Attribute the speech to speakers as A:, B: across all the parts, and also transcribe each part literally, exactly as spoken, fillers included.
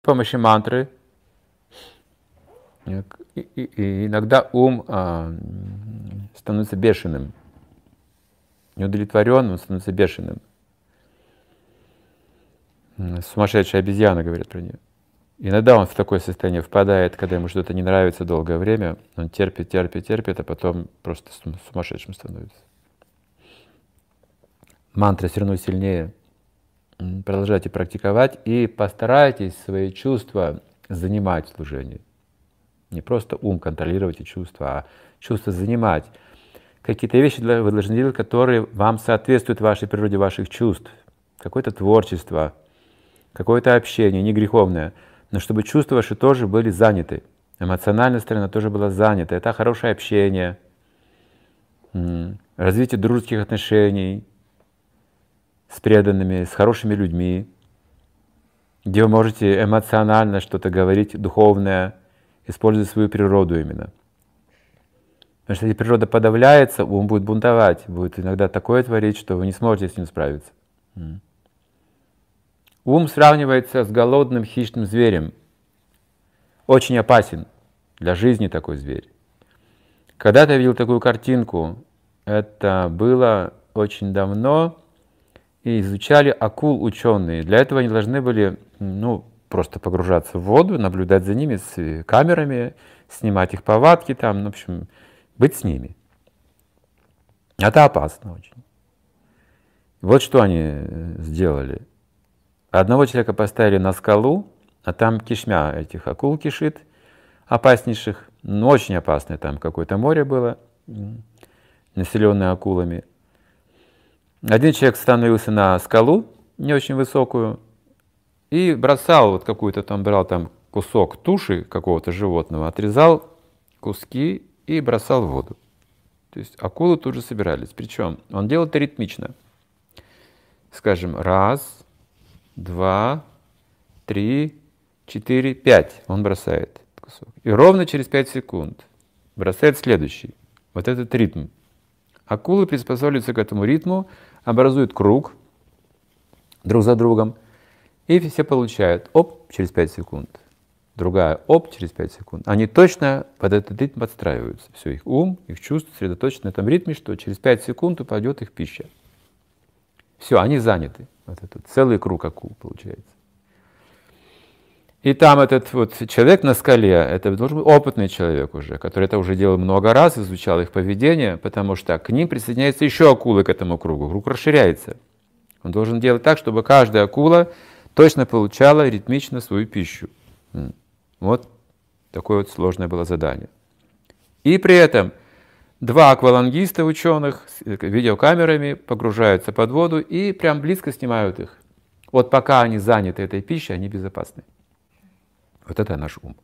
A: помощью мантры. И, и, и иногда ум а, становится бешеным, неудовлетворенным, становится бешеным. Сумасшедшая обезьяна, говорят про нее. Иногда он в такое состояние впадает, когда ему что-то не нравится долгое время, он терпит, терпит, терпит, а потом просто сумасшедшим становится. Мантра все равно сильнее. Продолжайте практиковать и постарайтесь свои чувства занимать в служении. Не просто ум контролировать и чувства, а чувства занимать. Какие-то вещи вы должны делать, которые вам соответствуют вашей природе, ваших чувств. Какое-то творчество, какое-то общение, не греховное. Но чтобы чувства ваши тоже были заняты. Эмоциональная сторона тоже была занята. Это хорошее общение, развитие дружеских отношений с преданными, с хорошими людьми, где вы можете эмоционально что-то говорить, духовное, используя свою природу именно. Потому что если природа подавляется, ум будет бунтовать, будет иногда такое творить, что вы не сможете с ним справиться. Ум сравнивается с голодным хищным зверем. Очень опасен для жизни такой зверь. Когда-то я видел такую картинку, это было очень давно, и изучали акул ученые. Для этого они должны были ну, просто погружаться в воду, наблюдать за ними с камерами, снимать их повадки, там, в общем, быть с ними. Это опасно очень. Вот что они сделали. Одного человека поставили на скалу, а там кишмя этих акул кишит, опаснейших, ну очень опасное, там какое-то море было, населенное акулами. Один человек становился на скалу, не очень высокую, и бросал вот какую-то там, брал там кусок туши какого-то животного, отрезал куски и бросал в воду. То есть акулы тут же собирались. Причем он делал это ритмично. Скажем, раз, два, три, четыре, пять. Он бросает кусок. И ровно через пять секунд бросает следующий. Вот этот ритм. Акулы приспосабливаются к этому ритму, образуют круг друг за другом, и все получают оп, через пять секунд, другая оп, через пять секунд. Они точно под этот ритм подстраиваются. Все, их ум, их чувства сосредоточены на этом ритме, что через пять секунд упадет их пища. Все, они заняты. Вот этот целый круг акул получается. И там этот вот человек на скале, это должен быть опытный человек уже, который это уже делал много раз, изучал их поведение, потому что к ним присоединяются еще акулы к этому кругу, круг расширяется. Он должен делать так, чтобы каждая акула точно получала ритмично свою пищу. Вот такое вот сложное было задание. И при этом два аквалангиста ученых с видеокамерами погружаются под воду и прям близко снимают их. Вот пока они заняты этой пищей, они безопасны. Вот это наш ум.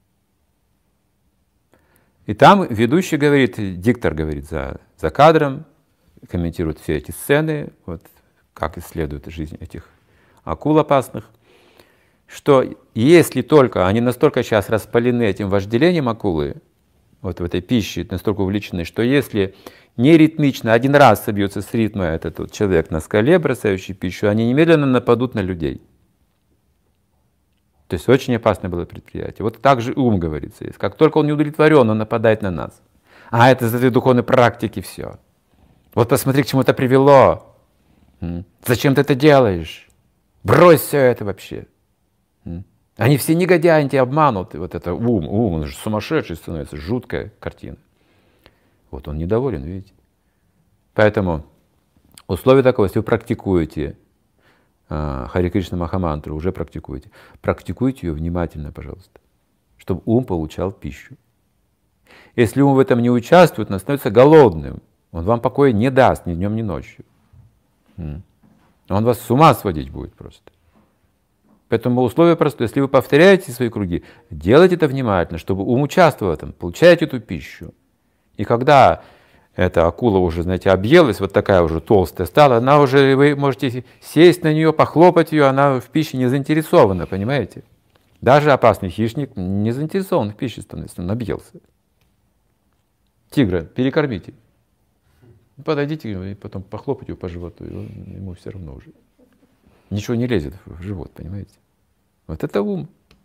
A: И там ведущий говорит, диктор говорит за, за кадром, комментирует все эти сцены, вот, как исследует жизнь этих акул опасных, что если только они настолько сейчас распалены этим вожделением акулы, вот в этой пище, настолько увлечены, что если не ритмично один раз собьется с ритма этот вот человек на скале, бросающий пищу, они немедленно нападут на людей. То есть очень опасное было предприятие. Вот так же ум, говорится, есть. Как только он не удовлетворен, он нападает на нас. А это за твоей духовной практики все. Вот посмотри, к чему это привело. Зачем ты это делаешь? Брось все это вообще. Они все негодяи, они тебя обманут. Вот это ум, ум, он же сумасшедший становится, жуткая картина. Вот он недоволен, видите. Поэтому условие такое, если вы практикуете Харе Кришна Махамантру, уже практикуете, практикуйте ее внимательно, пожалуйста, чтобы ум получал пищу. Если ум в этом не участвует, он становится голодным, он вам покоя не даст ни днем, ни ночью. Он вас с ума сводить будет просто. Поэтому условие простое. Если вы повторяете свои круги, делайте это внимательно, чтобы ум участвовал в этом, получайте эту пищу. И когда эта акула уже, знаете, объелась, вот такая уже толстая стала, она уже, вы можете сесть на нее, похлопать ее, она в пище не заинтересована, понимаете? Даже опасный хищник не заинтересован в пище становится, он объелся. Тигра перекормите. Подойдите и потом похлопайте его по животу, и ему все равно уже. Ничего не лезет в живот, понимаете? Вот это ум.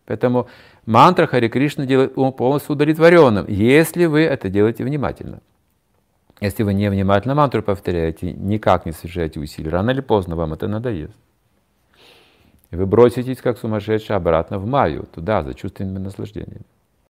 A: Поэтому мантра Харе Кришна делает ум полностью удовлетворенным, если вы это делаете внимательно. Если вы невнимательно мантру повторяете, никак не совершаете усилий, рано или поздно вам это надоест. И вы броситесь, как сумасшедший, обратно в майю, туда, за чувственными наслаждениями.